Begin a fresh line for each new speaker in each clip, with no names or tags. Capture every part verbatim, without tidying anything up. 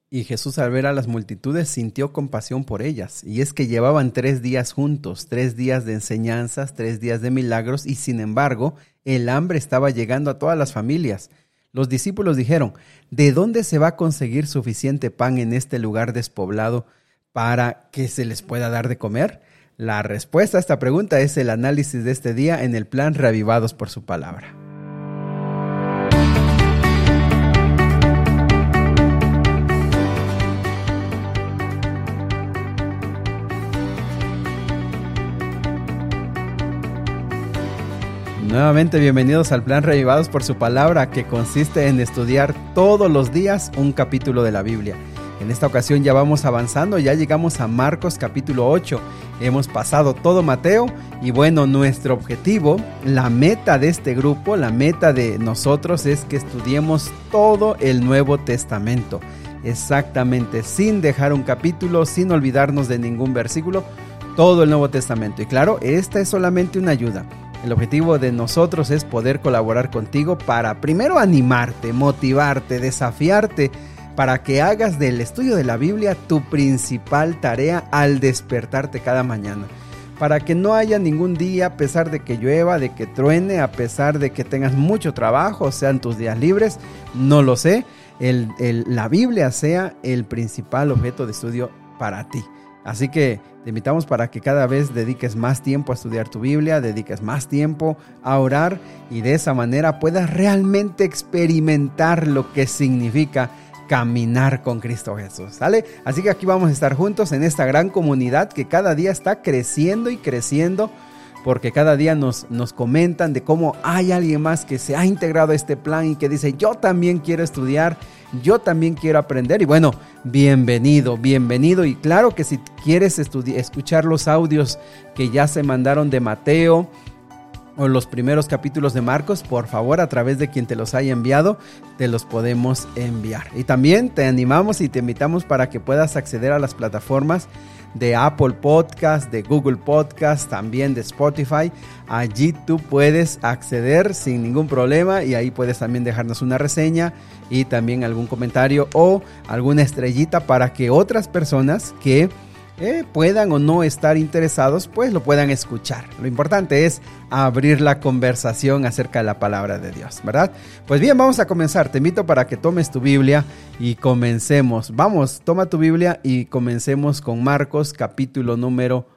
Y Jesús, al ver a las multitudes, sintió compasión por ellas. Y es que llevaban tres días juntos, tres días de enseñanzas, tres días de milagros, y sin embargo, el hambre estaba llegando a todas las familias. Los discípulos dijeron: ¿de dónde se va a conseguir suficiente pan en este lugar despoblado para que se les pueda dar de comer? La respuesta a esta pregunta es el análisis de este día en el plan Reavivados por su palabra. Nuevamente bienvenidos al plan Reavivados por su palabra, que consiste en estudiar todos los días un capítulo de la Biblia. En esta ocasión ya vamos avanzando, ya llegamos a Marcos capítulo ocho. Hemos pasado todo Mateo y bueno, nuestro objetivo, la meta de este grupo, la meta de nosotros es que estudiemos todo el Nuevo Testamento. Exactamente, sin dejar un capítulo, sin olvidarnos de ningún versículo, todo el Nuevo Testamento. Y claro, esta es solamente una ayuda. El objetivo de nosotros es poder colaborar contigo para primero animarte, motivarte, desafiarte, para que hagas del estudio de la Biblia tu principal tarea al despertarte cada mañana. Para que no haya ningún día, a pesar de que llueva, de que truene, a pesar de que tengas mucho trabajo, sean tus días libres, no lo sé, el, el, la Biblia sea el principal objeto de estudio para ti. Así que te invitamos para que cada vez dediques más tiempo a estudiar tu Biblia, dediques más tiempo a orar y de esa manera puedas realmente experimentar lo que significa caminar con Cristo Jesús, ¿sale? Así que aquí vamos a estar juntos en esta gran comunidad que cada día está creciendo y creciendo, porque cada día nos, nos comentan de cómo hay alguien más que se ha integrado a este plan y que dice: yo también quiero estudiar, yo también quiero aprender. Y bueno, bienvenido, bienvenido. Y claro que si quieres estudi- escuchar los audios que ya se mandaron de Mateo o los primeros capítulos de Marcos, por favor, a través de quien te los haya enviado, te los podemos enviar. Y también te animamos y te invitamos para que puedas acceder a las plataformas de Apple Podcast, de Google Podcast, también de Spotify. Allí tú puedes acceder sin ningún problema y ahí puedes también dejarnos una reseña y también algún comentario o alguna estrellita para que otras personas que Eh, puedan o no estar interesados, pues lo puedan escuchar. Lo importante es abrir la conversación acerca de la palabra de Dios, ¿verdad? Pues bien, vamos a comenzar. Te invito para que tomes tu Biblia y comencemos. Vamos, toma tu Biblia y comencemos con Marcos capítulo número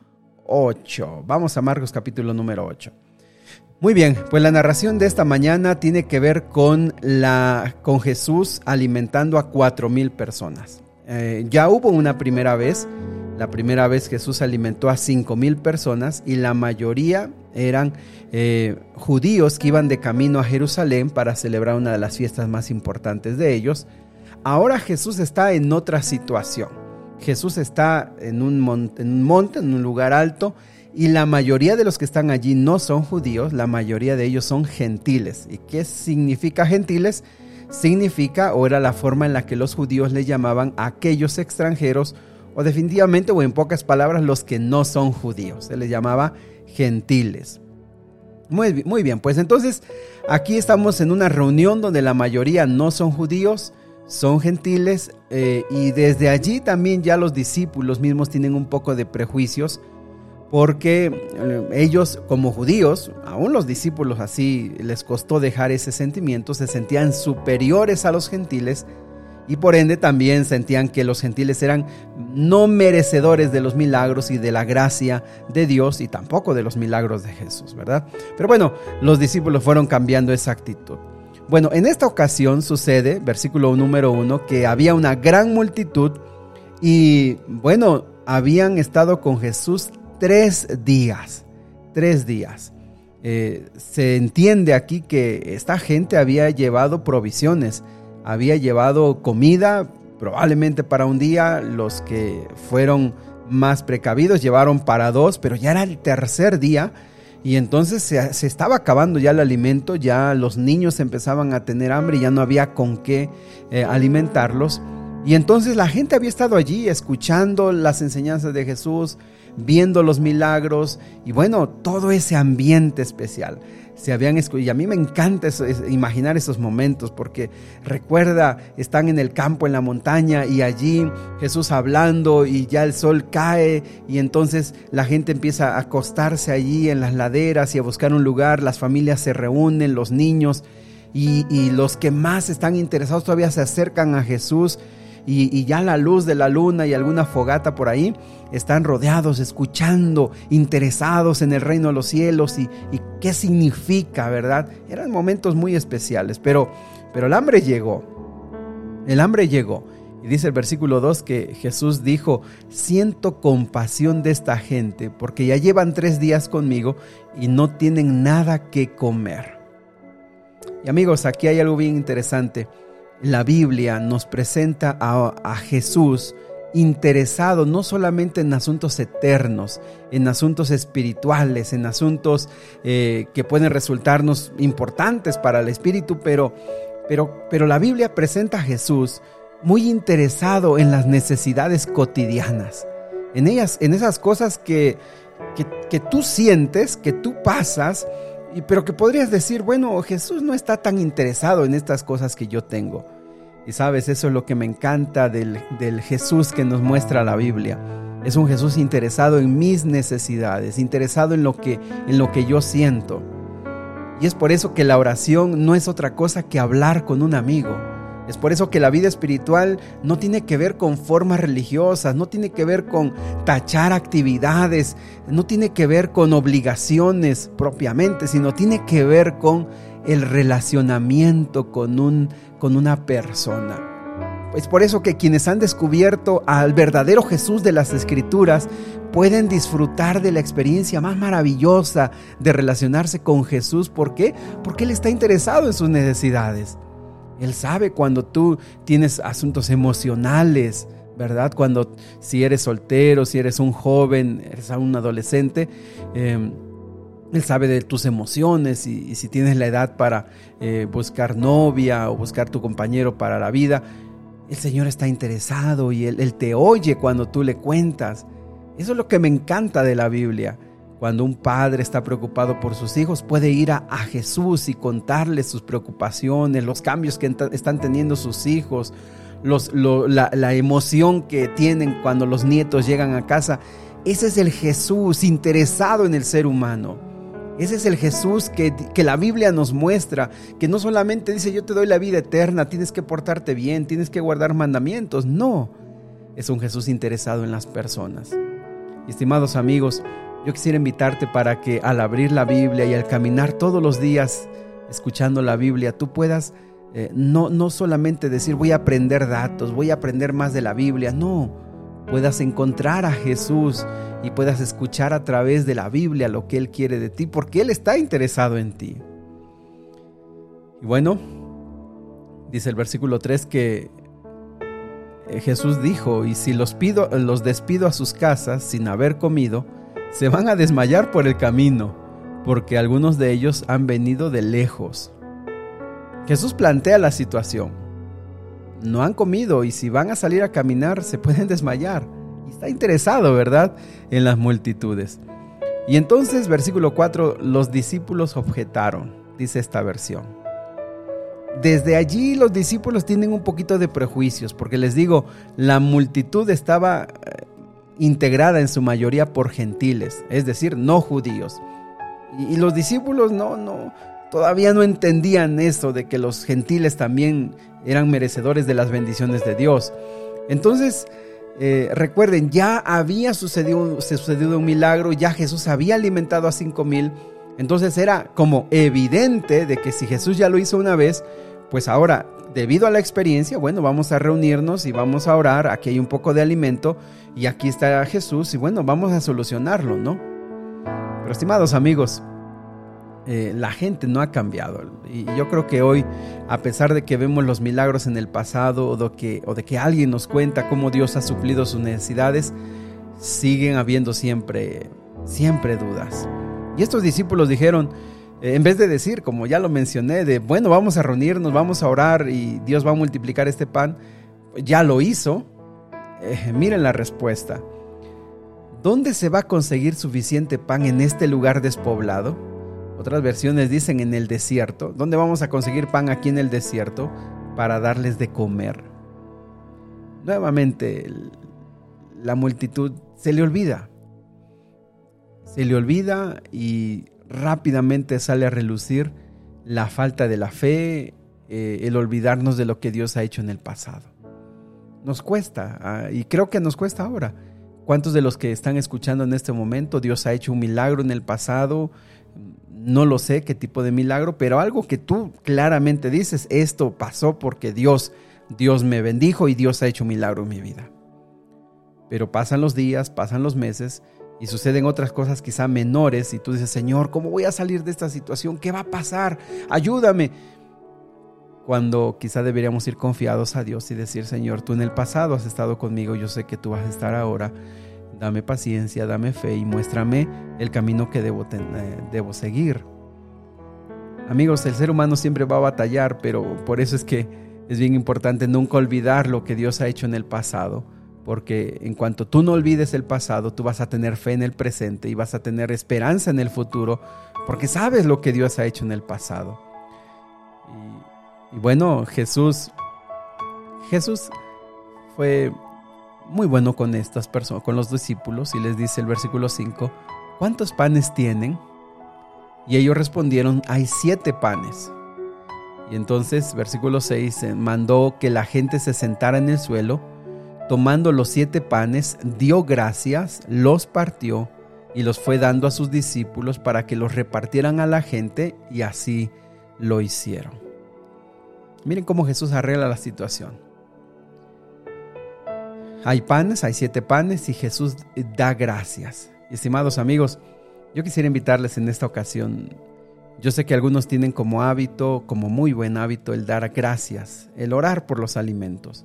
ocho. Vamos a Marcos capítulo número ocho. Muy bien, pues la narración de esta mañana tiene que ver con, la, con Jesús alimentando a cuatro mil personas. Eh, ya hubo una primera vez. La primera vez Jesús alimentó a cinco mil personas y la mayoría eran eh, judíos que iban de camino a Jerusalén para celebrar una de las fiestas más importantes de ellos. Ahora Jesús está en otra situación. Jesús está en un monte, en un monte, en un lugar alto, y la mayoría de los que están allí no son judíos, la mayoría de ellos son gentiles. ¿Y qué significa gentiles? Significa, o era la forma en la que los judíos le llamaban a aquellos extranjeros, o definitivamente, o en pocas palabras, los que no son judíos. Se les llamaba gentiles. Muy, muy bien, pues entonces aquí estamos en una reunión donde la mayoría no son judíos, son gentiles, eh, y desde allí también ya los discípulos mismos tienen un poco de prejuicios, porque eh, ellos como judíos, aún los discípulos así les costó dejar ese sentimiento, se sentían superiores a los gentiles, y por ende también sentían que los gentiles eran no merecedores de los milagros y de la gracia de Dios y tampoco de los milagros de Jesús, ¿verdad? Pero bueno, los discípulos fueron cambiando esa actitud. Bueno, en esta ocasión sucede, versículo número uno, que había una gran multitud y bueno, habían estado con Jesús tres días, tres días. Eh, se entiende aquí que esta gente había llevado provisiones, había llevado comida, probablemente para un día. Los que fueron más precavidos llevaron para dos, pero ya era el tercer día y entonces se, se estaba acabando ya el alimento, ya los niños empezaban a tener hambre y ya no había con qué eh, alimentarlos. Y entonces la gente había estado allí escuchando las enseñanzas de Jesús, viendo los milagros y bueno, todo ese ambiente especial. Se habían escuchado, y a mí me encanta eso, es, imaginar esos momentos, porque recuerda, están en el campo, en la montaña, y allí Jesús hablando, y ya el sol cae, y entonces la gente empieza a acostarse allí en las laderas y a buscar un lugar, las familias se reúnen, los niños, y, y los que más están interesados todavía se acercan a Jesús, y, y ya la luz de la luna y alguna fogata por ahí, están rodeados, escuchando, interesados en el reino de los cielos y, y qué significa, ¿verdad? Eran momentos muy especiales, pero, pero el hambre llegó, el hambre llegó. Y dice el versículo dos que Jesús dijo: siento compasión de esta gente porque ya llevan tres días conmigo y no tienen nada que comer. Y amigos, aquí hay algo bien interesante. La Biblia nos presenta a, a Jesús interesado no solamente en asuntos eternos, en asuntos espirituales, en asuntos eh, que pueden resultarnos importantes para el espíritu, pero, pero, pero la Biblia presenta a Jesús muy interesado en las necesidades cotidianas, en ellas, en esas cosas que, que, que tú sientes, que tú pasas, y, pero que podrías decir, bueno, Jesús no está tan interesado en estas cosas que yo tengo. Y sabes, eso es lo que me encanta del, del Jesús que nos muestra la Biblia. Es un Jesús interesado en mis necesidades, interesado en lo que, en lo que yo siento. Y es por eso que la oración no es otra cosa que hablar con un amigo. Es por eso que la vida espiritual no tiene que ver con formas religiosas, no tiene que ver con tachar actividades, no tiene que ver con obligaciones propiamente, sino tiene que ver con el relacionamiento con, un, con una persona. Es por eso que quienes han descubierto al verdadero Jesús de las Escrituras pueden disfrutar de la experiencia más maravillosa de relacionarse con Jesús. ¿Por qué? Porque Él está interesado en sus necesidades. Él sabe cuando tú tienes asuntos emocionales, ¿verdad? Cuando si eres soltero, si eres un joven, eres un adolescente, eh, Él sabe de tus emociones y, y si tienes la edad para eh, buscar novia o buscar tu compañero para la vida. El Señor está interesado y Él, Él te oye cuando tú le cuentas. Eso es lo que me encanta de la Biblia. Cuando un padre está preocupado por sus hijos, puede ir a, a Jesús y contarle sus preocupaciones, los cambios que ent- están teniendo sus hijos, los, lo, la, la emoción que tienen cuando los nietos llegan a casa. Ese es el Jesús interesado en el ser humano. Ese es el Jesús que, que la Biblia nos muestra, que no solamente dice yo te doy la vida eterna, tienes que portarte bien, tienes que guardar mandamientos. No, es un Jesús interesado en las personas. Y, estimados amigos, yo quisiera invitarte para que al abrir la Biblia y al caminar todos los días escuchando la Biblia, tú puedas eh, no, no solamente decir voy a aprender datos, voy a aprender más de la Biblia, no, puedas encontrar a Jesús y puedas escuchar a través de la Biblia lo que Él quiere de ti, porque Él está interesado en ti. Y bueno, dice el versículo tres que Jesús dijo, y si los, pido, los despido a sus casas sin haber comido, se van a desmayar por el camino, porque algunos de ellos han venido de lejos. Jesús plantea la situación. No han comido y si van a salir a caminar se pueden desmayar. Y está interesado, ¿verdad?, en las multitudes. Y entonces, versículo cuatro, los discípulos objetaron, dice esta versión. Desde allí los discípulos tienen un poquito de prejuicios, porque les digo, la multitud estaba integrada en su mayoría por gentiles, es decir, no judíos. Y, y los discípulos no, no, todavía no entendían eso de que los gentiles también eran merecedores de las bendiciones de Dios. Entonces, eh, recuerden, ya había sucedido, sucedido un milagro, ya Jesús había alimentado a cinco mil. Entonces era como evidente de que si Jesús ya lo hizo una vez, pues ahora, debido a la experiencia, bueno, vamos a reunirnos y vamos a orar. Aquí hay un poco de alimento y aquí está Jesús y bueno, vamos a solucionarlo, ¿no? Pero, estimados amigos, eh, la gente no ha cambiado. Y yo creo que hoy, a pesar de que vemos los milagros en el pasado o de que, o de que alguien nos cuenta cómo Dios ha suplido sus necesidades, siguen habiendo siempre, siempre dudas. Y estos discípulos dijeron, eh, en vez de decir, como ya lo mencioné, de bueno, vamos a reunirnos, vamos a orar y Dios va a multiplicar este pan, ya lo hizo. Eh, miren la respuesta. ¿dónde se va a conseguir suficiente pan en este lugar despoblado? Otras versiones dicen en el desierto. ¿Dónde vamos a conseguir pan aquí en el desierto para darles de comer? Nuevamente, la multitud se le olvida. Se le olvida y rápidamente sale a relucir la falta de la fe, eh, el olvidarnos de lo que Dios ha hecho en el pasado. Nos cuesta, uh, y creo que nos cuesta ahora. ¿Cuántos de los que están escuchando en este momento, Dios ha hecho un milagro en el pasado? No lo sé qué tipo de milagro, pero algo que tú claramente dices, esto pasó porque Dios, Dios me bendijo y Dios ha hecho un milagro en mi vida. Pero pasan los días, pasan los meses y suceden otras cosas quizá menores y tú dices, Señor, ¿cómo voy a salir de esta situación? ¿Qué va a pasar? Ayúdame. Cuando quizá deberíamos ir confiados a Dios y decir, Señor, tú en el pasado has estado conmigo, yo sé que tú vas a estar ahora. Dame paciencia, dame fe y muéstrame el camino que debo, tener, debo seguir. Amigos, el ser humano siempre va a batallar, pero por eso es que es bien importante nunca olvidar lo que Dios ha hecho en el pasado, porque en cuanto tú no olvides el pasado, tú vas a tener fe en el presente y vas a tener esperanza en el futuro, porque sabes lo que Dios ha hecho en el pasado. Y, y bueno, Jesús, Jesús fue muy bueno con estas personas, con los discípulos, y les dice el versículo cinco, ¿cuántos panes tienen? Y ellos respondieron, hay siete panes. Y entonces, versículo seis, mandó que la gente se sentara en el suelo, tomando los siete panes, dio gracias, los partió y los fue dando a sus discípulos para que los repartieran a la gente, y así lo hicieron. Miren cómo Jesús arregla la situación. Hay panes, hay siete panes y Jesús da gracias. Estimados amigos, yo quisiera invitarles en esta ocasión. Yo sé que algunos tienen como hábito, como muy buen hábito, el dar gracias, el orar por los alimentos.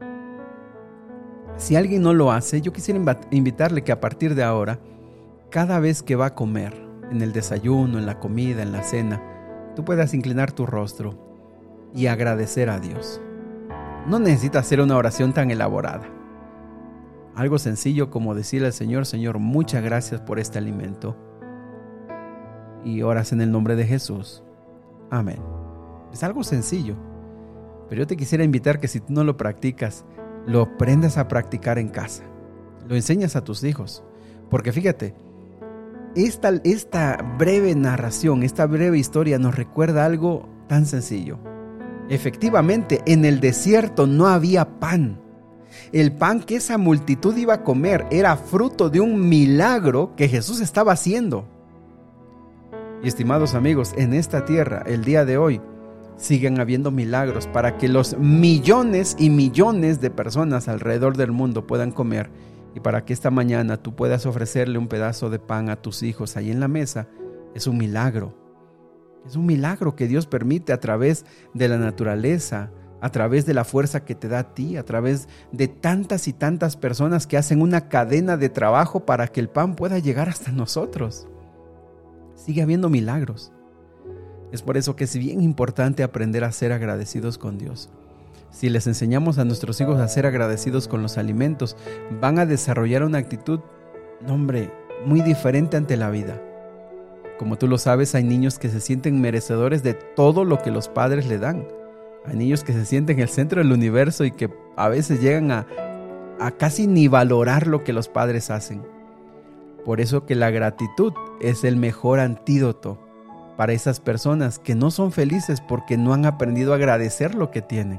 Si alguien no lo hace, yo quisiera invitarle que a partir de ahora, cada vez que va a comer, en el desayuno, en la comida, en la cena, tú puedas inclinar tu rostro y agradecer a Dios. No necesitas hacer una oración tan elaborada. Algo sencillo como decirle al Señor, Señor, muchas gracias por este alimento. Y oras en el nombre de Jesús. Amén. Es algo sencillo. Pero yo te quisiera invitar que si tú no lo practicas, lo aprendas a practicar en casa. Lo enseñas a tus hijos. Porque fíjate, esta, esta breve narración, esta breve historia nos recuerda algo tan sencillo. Efectivamente, en el desierto no había pan. El pan que esa multitud iba a comer era fruto de un milagro que Jesús estaba haciendo. Y estimados amigos, en esta tierra, el día de hoy, siguen habiendo milagros para que los millones y millones de personas alrededor del mundo puedan comer, y para que esta mañana tú puedas ofrecerle un pedazo de pan a tus hijos ahí en la mesa. Es un milagro. Es un milagro que Dios permite a través de la naturaleza, a través de la fuerza que te da a ti, a través de tantas y tantas personas que hacen una cadena de trabajo para que el pan pueda llegar hasta nosotros. Sigue habiendo milagros. Es por eso que es bien importante aprender a ser agradecidos con Dios. Si les enseñamos a nuestros hijos a ser agradecidos con los alimentos, van a desarrollar una actitud, no hombre, muy diferente ante la vida. Como tú lo sabes, hay niños que se sienten merecedores de todo lo que los padres le dan. Hay niños que se sienten el centro del universo y que a veces llegan a, a casi ni valorar lo que los padres hacen. Por eso que la gratitud es el mejor antídoto para esas personas que no son felices porque no han aprendido a agradecer lo que tienen.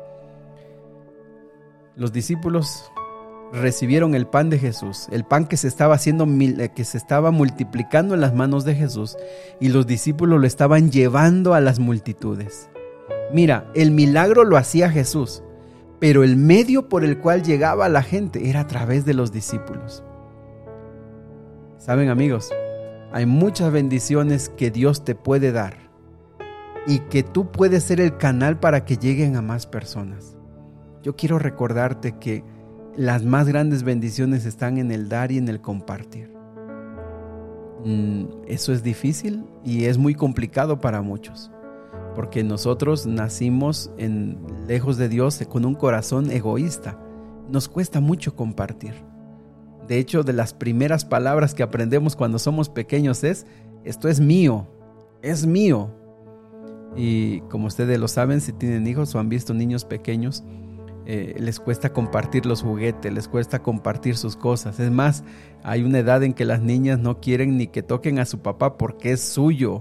Los discípulos recibieron el pan de Jesús, el pan que se estaba haciendo, que se estaba multiplicando en las manos de Jesús, y los discípulos lo estaban llevando a las multitudes. Mira, el milagro lo hacía Jesús, pero el medio por el cual llegaba a la gente era a través de los discípulos. Saben, amigos, hay muchas bendiciones que Dios te puede dar y que tú puedes ser el canal para que lleguen a más personas. Yo quiero recordarte que las más grandes bendiciones están en el dar y en el compartir. Mm, eso es difícil y es muy complicado para muchos, porque nosotros nacimos en, lejos de Dios con un corazón egoísta. Nos cuesta mucho compartir. De hecho, de las primeras palabras que aprendemos cuando somos pequeños es, esto es mío, es mío. Y como ustedes lo saben, si tienen hijos o han visto niños pequeños, eh, les cuesta compartir los juguetes, les cuesta compartir sus cosas. Es más, hay una edad en que las niñas no quieren ni que toquen a su papá porque es suyo.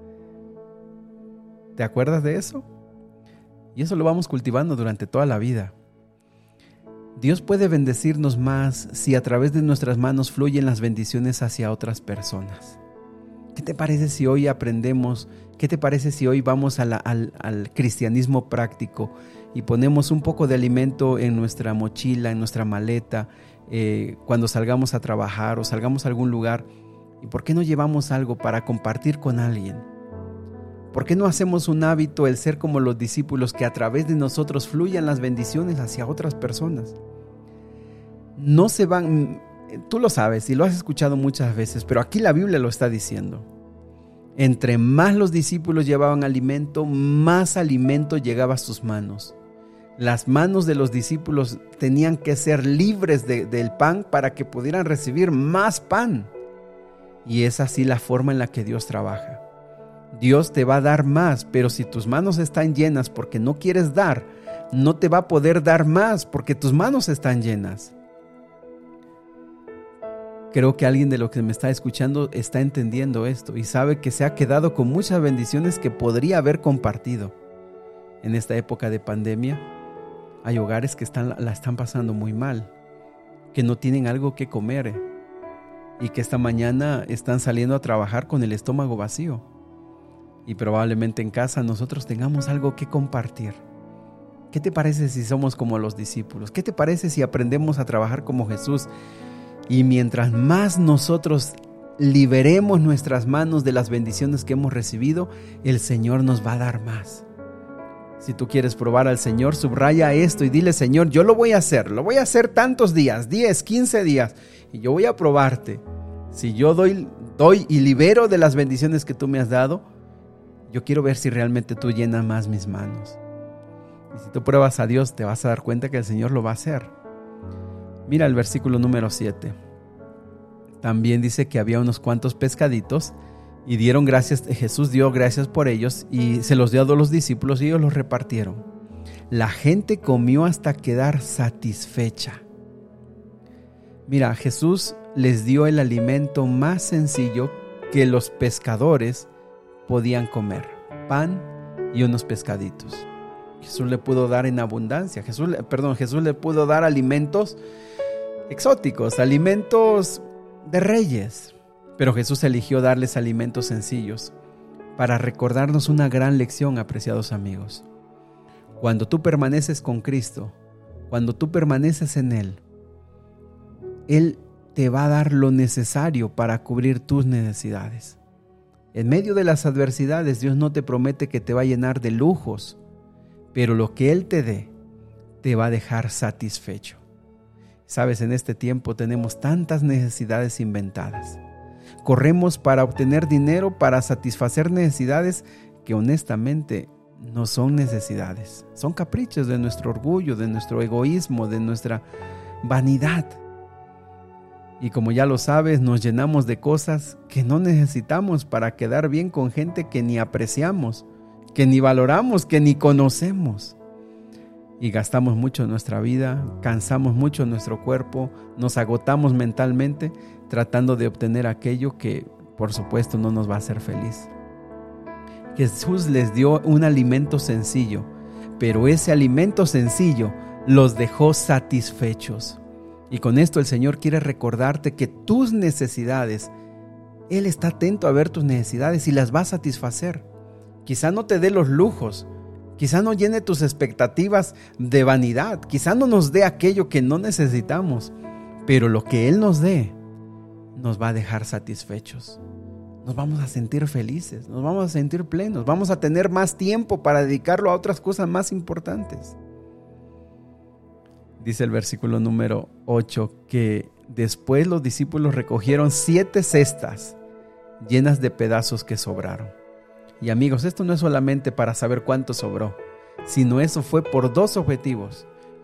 ¿Te acuerdas de eso? Y eso lo vamos cultivando durante toda la vida. Dios puede bendecirnos más si a través de nuestras manos fluyen las bendiciones hacia otras personas. ¿Qué te parece si hoy aprendemos? ¿Qué te parece si hoy vamos a la, al, al cristianismo práctico y ponemos un poco de alimento en nuestra mochila, en nuestra maleta, eh, cuando salgamos a trabajar o salgamos a algún lugar? ¿Y por qué no llevamos algo para compartir con alguien? ¿Por qué no hacemos un hábito el ser como los discípulos, que a través de nosotros fluyan las bendiciones hacia otras personas? No se van, tú lo sabes y lo has escuchado muchas veces, pero aquí la Biblia lo está diciendo. Entre más los discípulos llevaban alimento, más alimento llegaba a sus manos. Las manos de los discípulos tenían que ser libres de, del pan para que pudieran recibir más pan. Y es así la forma en la que Dios trabaja. Dios te va a dar más, pero si tus manos están llenas porque no quieres dar, no te va a poder dar más porque tus manos están llenas. Creo que alguien de los que me está escuchando está entendiendo esto y sabe que se ha quedado con muchas bendiciones que podría haber compartido. En esta época de pandemia, hay hogares que están, la están pasando muy mal, que no tienen algo que comer y que esta mañana están saliendo a trabajar con el estómago vacío. Y probablemente en casa nosotros tengamos algo que compartir. ¿Qué te parece si somos como los discípulos? ¿Qué te parece si aprendemos a trabajar como Jesús? Y mientras más nosotros liberemos nuestras manos de las bendiciones que hemos recibido, el Señor nos va a dar más. Si tú quieres probar al Señor, subraya esto y dile: Señor, yo lo voy a hacer, lo voy a hacer tantos días, diez, quince días, y yo voy a probarte. Si yo doy, doy y libero de las bendiciones que tú me has dado, yo quiero ver si realmente tú llenas más mis manos. Y si tú pruebas a Dios, te vas a dar cuenta que el Señor lo va a hacer. Mira el versículo número siete. También dice que había unos cuantos pescaditos y dieron gracias, Jesús dio gracias por ellos y se los dio a los discípulos y ellos los repartieron. La gente comió hasta quedar satisfecha. Mira, Jesús les dio el alimento más sencillo que los pescadores podían comer: pan y unos pescaditos. Jesús le pudo dar en abundancia. Jesús, perdón, Jesús le pudo dar alimentos exóticos, alimentos de reyes. Pero Jesús eligió darles alimentos sencillos para recordarnos una gran lección, apreciados amigos. Cuando tú permaneces con Cristo, cuando tú permaneces en Él, Él te va a dar lo necesario para cubrir tus necesidades. En medio de las adversidades, Dios no te promete que te va a llenar de lujos, pero lo que Él te dé, te va a dejar satisfecho. Sabes, en este tiempo tenemos tantas necesidades inventadas. Corremos para obtener dinero, para satisfacer necesidades que honestamente no son necesidades. Son caprichos de nuestro orgullo, de nuestro egoísmo, de nuestra vanidad. Y como ya lo sabes, nos llenamos de cosas que no necesitamos para quedar bien con gente que ni apreciamos, que ni valoramos, que ni conocemos. Y gastamos mucho en nuestra vida, cansamos mucho en nuestro cuerpo, nos agotamos mentalmente tratando de obtener aquello que, por supuesto, no nos va a hacer feliz. Jesús les dio un alimento sencillo, pero ese alimento sencillo los dejó satisfechos. Y con esto el Señor quiere recordarte que tus necesidades, Él está atento a ver tus necesidades y las va a satisfacer. Quizá no te dé los lujos, quizá no llene tus expectativas de vanidad, quizá no nos dé aquello que no necesitamos, pero lo que Él nos dé nos va a dejar satisfechos. Nos vamos a sentir felices, nos vamos a sentir plenos, vamos a tener más tiempo para dedicarlo a otras cosas más importantes. Dice el versículo número ocho que después los discípulos recogieron siete cestas llenas de pedazos que sobraron. Y amigos, esto no es solamente para saber cuánto sobró, sino eso fue por dos objetivos.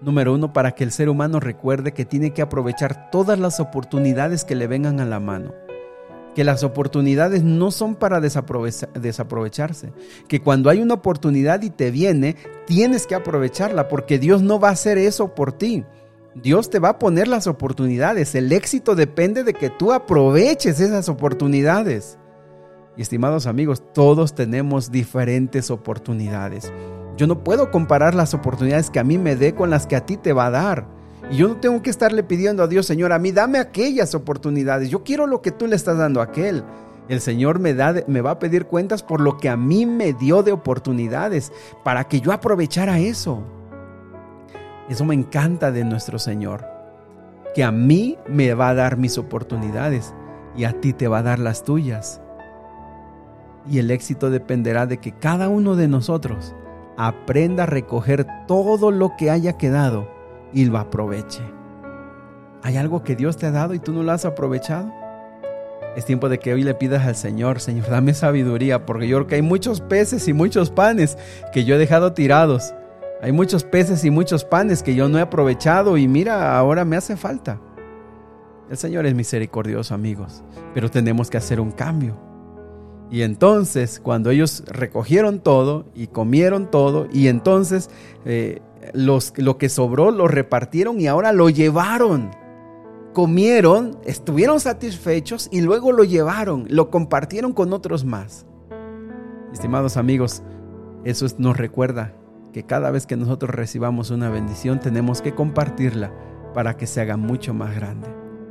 Número uno, para que el ser humano recuerde que tiene que aprovechar todas las oportunidades que le vengan a la mano. Que las oportunidades no son para desaprove- desaprovecharse. Que cuando hay una oportunidad y te viene, tienes que aprovecharla, porque Dios no va a hacer eso por ti. Dios te va a poner las oportunidades. El éxito depende de que tú aproveches esas oportunidades. Y estimados amigos, todos tenemos diferentes oportunidades. Yo no puedo comparar las oportunidades que a mí me dé con las que a ti te va a dar. Y yo no tengo que estarle pidiendo a Dios, Señor, a mí dame aquellas oportunidades. Yo quiero lo que tú le estás dando a aquel. El Señor me, da, me va a pedir cuentas por lo que a mí me dio de oportunidades, para que yo aprovechara eso. Eso me encanta de nuestro Señor, que a mí me va a dar mis oportunidades y a ti te va a dar las tuyas. Y el éxito dependerá de que cada uno de nosotros aprenda a recoger todo lo que haya quedado y lo aproveche. ¿Hay algo que Dios te ha dado y tú no lo has aprovechado? Es tiempo de que hoy le pidas al Señor, Señor, dame sabiduría, porque yo creo que hay muchos peces y muchos panes que yo he dejado tirados. Hay muchos peces y muchos panes que yo no he aprovechado y mira, ahora me hace falta. El Señor es misericordioso, amigos, pero tenemos que hacer un cambio. Y entonces, cuando ellos recogieron todo y comieron todo, y entonces eh, los, lo que sobró lo repartieron y ahora lo llevaron. Comieron, estuvieron satisfechos y luego lo llevaron, lo compartieron con otros más. Estimados amigos, eso nos recuerda que cada vez que nosotros recibamos una bendición tenemos que compartirla para que se haga mucho más grande.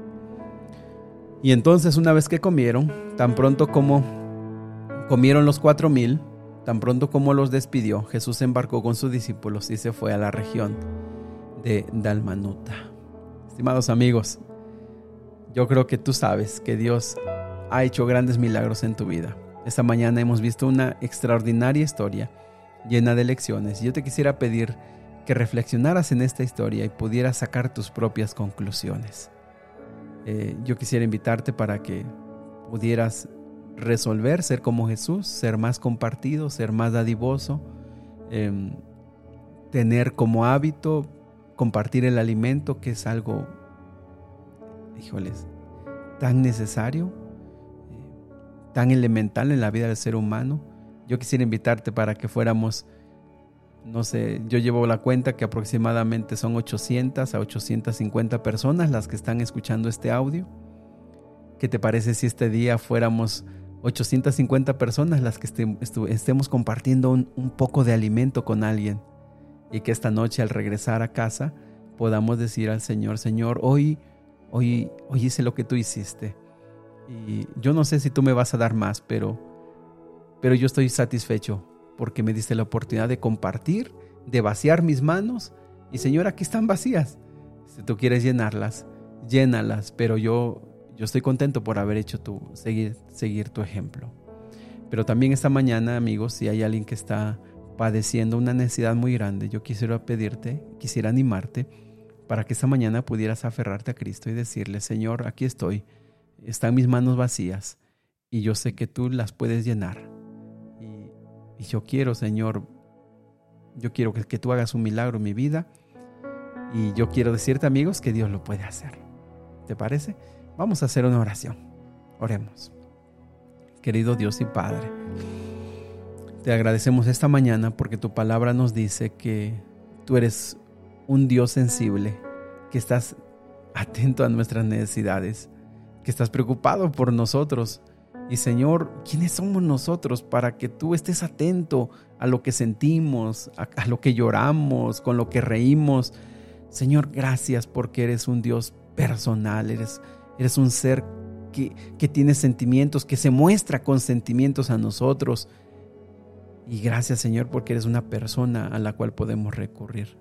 Y entonces, una vez que comieron, tan pronto como comieron los cuatro mil, tan pronto como los despidió, Jesús se embarcó con sus discípulos y se fue a la región de Dalmanuta. Estimados amigos, yo creo que tú sabes que Dios ha hecho grandes milagros en tu vida. Esta mañana hemos visto una extraordinaria historia llena de lecciones. Yo te quisiera pedir que reflexionaras en esta historia y pudieras sacar tus propias conclusiones. Eh, yo quisiera invitarte para que pudieras resolver ser como Jesús, ser más compartido, ser más dadivoso, eh, tener como hábito compartir el alimento, que es algo, híjoles, tan necesario, eh, tan elemental en la vida del ser humano. Yo quisiera invitarte para que fuéramos, no sé, yo llevo la cuenta que aproximadamente son ochocientas a ochocientas cincuenta personas las que están escuchando este audio. ¿Qué te parece si este día fuéramos ochocientas cincuenta personas las que este, estu, estemos compartiendo un, un poco de alimento con alguien? Y que esta noche, al regresar a casa, podamos decir al Señor, Señor, hoy, hoy, hoy hice lo que tú hiciste. Y yo no sé si tú me vas a dar más, pero Pero yo estoy satisfecho porque me diste la oportunidad de compartir, de vaciar mis manos. Y Señor, aquí están vacías. Si tú quieres llenarlas, llénalas. Pero yo, yo estoy contento por haber hecho tu, seguir, seguir tu ejemplo. Pero también esta mañana, amigos, si hay alguien que está padeciendo una necesidad muy grande, yo quisiera pedirte, quisiera animarte para que esta mañana pudieras aferrarte a Cristo y decirle, Señor, aquí estoy. Están mis manos vacías y yo sé que tú las puedes llenar. Y yo quiero, Señor, yo quiero que, que tú hagas un milagro en mi vida. Y yo quiero decirte, amigos, que Dios lo puede hacer. ¿Te parece? Vamos a hacer una oración. Oremos. Querido Dios y Padre, te agradecemos esta mañana porque tu palabra nos dice que tú eres un Dios sensible, que estás atento a nuestras necesidades, que estás preocupado por nosotros. Y Señor, ¿quiénes somos nosotros para que tú estés atento a lo que sentimos, a, a lo que lloramos, con lo que reímos? Señor, gracias porque eres un Dios personal, eres, eres un ser que, que tiene sentimientos, que se muestra con sentimientos a nosotros. Y gracias, Señor, porque eres una persona a la cual podemos recurrir.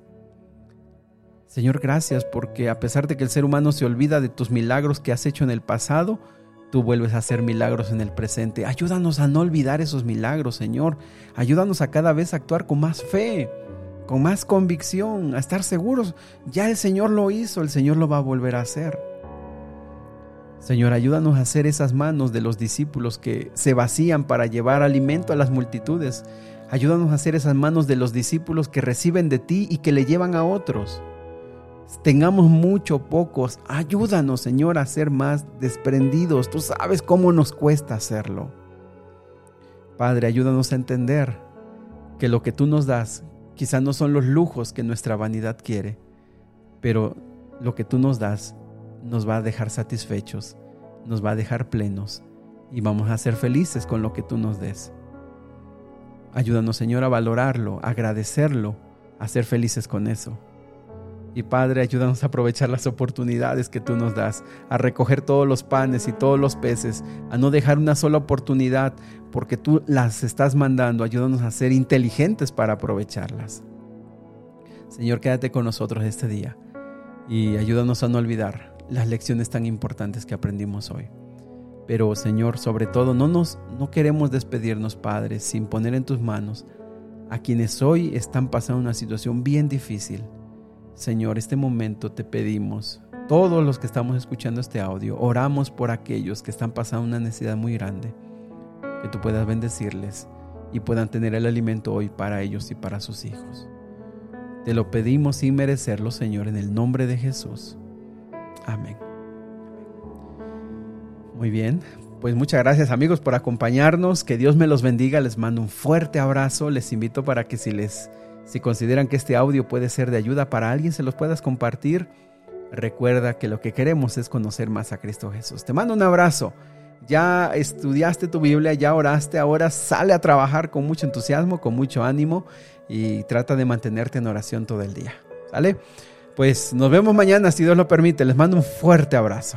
Señor, gracias porque a pesar de que el ser humano se olvida de tus milagros que has hecho en el pasado, tú vuelves a hacer milagros en el presente. Ayúdanos a no olvidar esos milagros, Señor. Ayúdanos a cada vez actuar con más fe, con más convicción, a estar seguros. Ya el Señor lo hizo, el Señor lo va a volver a hacer. Señor, ayúdanos a hacer esas manos de los discípulos que se vacían para llevar alimento a las multitudes. Ayúdanos a hacer esas manos de los discípulos que reciben de ti y que le llevan a otros. tengamos mucho o pocos, ayúdanos, Señor, a ser más desprendidos. Tú sabes cómo nos cuesta hacerlo. Padre, ayúdanos a entender que lo que tú nos das quizás no son los lujos que nuestra vanidad quiere, pero lo que tú nos das nos va a dejar satisfechos, nos va a dejar plenos y vamos a ser felices con lo que tú nos des. Ayúdanos, Señor, a valorarlo, a agradecerlo, a ser felices con eso. Y Padre, ayúdanos a aprovechar las oportunidades que tú nos das, a recoger todos los panes y todos los peces, a no dejar una sola oportunidad porque tú las estás mandando. Ayúdanos a ser inteligentes para aprovecharlas. Señor, quédate con nosotros este día y ayúdanos a no olvidar las lecciones tan importantes que aprendimos hoy. Pero, Señor, sobre todo, no, nos, no queremos despedirnos, Padre, sin poner en tus manos a quienes hoy están pasando una situación bien difícil. Señor, este momento te pedimos, todos los que estamos escuchando este audio, oramos por aquellos que están pasando una necesidad muy grande, que tú puedas bendecirles y puedan tener el alimento hoy para ellos y para sus hijos. Te lo pedimos sin merecerlo, Señor, en el nombre de Jesús. Amén. Muy bien, pues muchas gracias, amigos, por acompañarnos. Que Dios me los bendiga. Les mando un fuerte abrazo. Les invito para que si les Si consideran que este audio puede ser de ayuda para alguien, se los puedas compartir. Recuerda que lo que queremos es conocer más a Cristo Jesús. Te mando un abrazo. Ya estudiaste tu Biblia, ya oraste, ahora sale a trabajar con mucho entusiasmo, con mucho ánimo y trata de mantenerte en oración todo el día. ¿Sale? Pues nos vemos mañana, si Dios lo permite. Les mando un fuerte abrazo.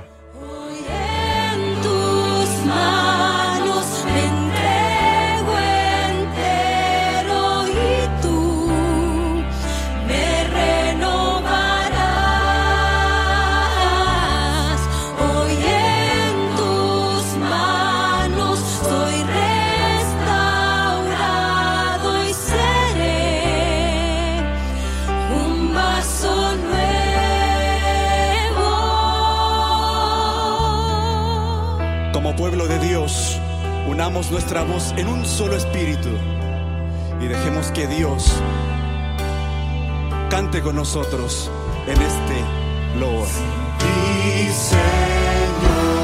Como pueblo de Dios, unamos nuestra voz en un solo espíritu y dejemos que Dios cante con nosotros en este loor. Sí, Señor.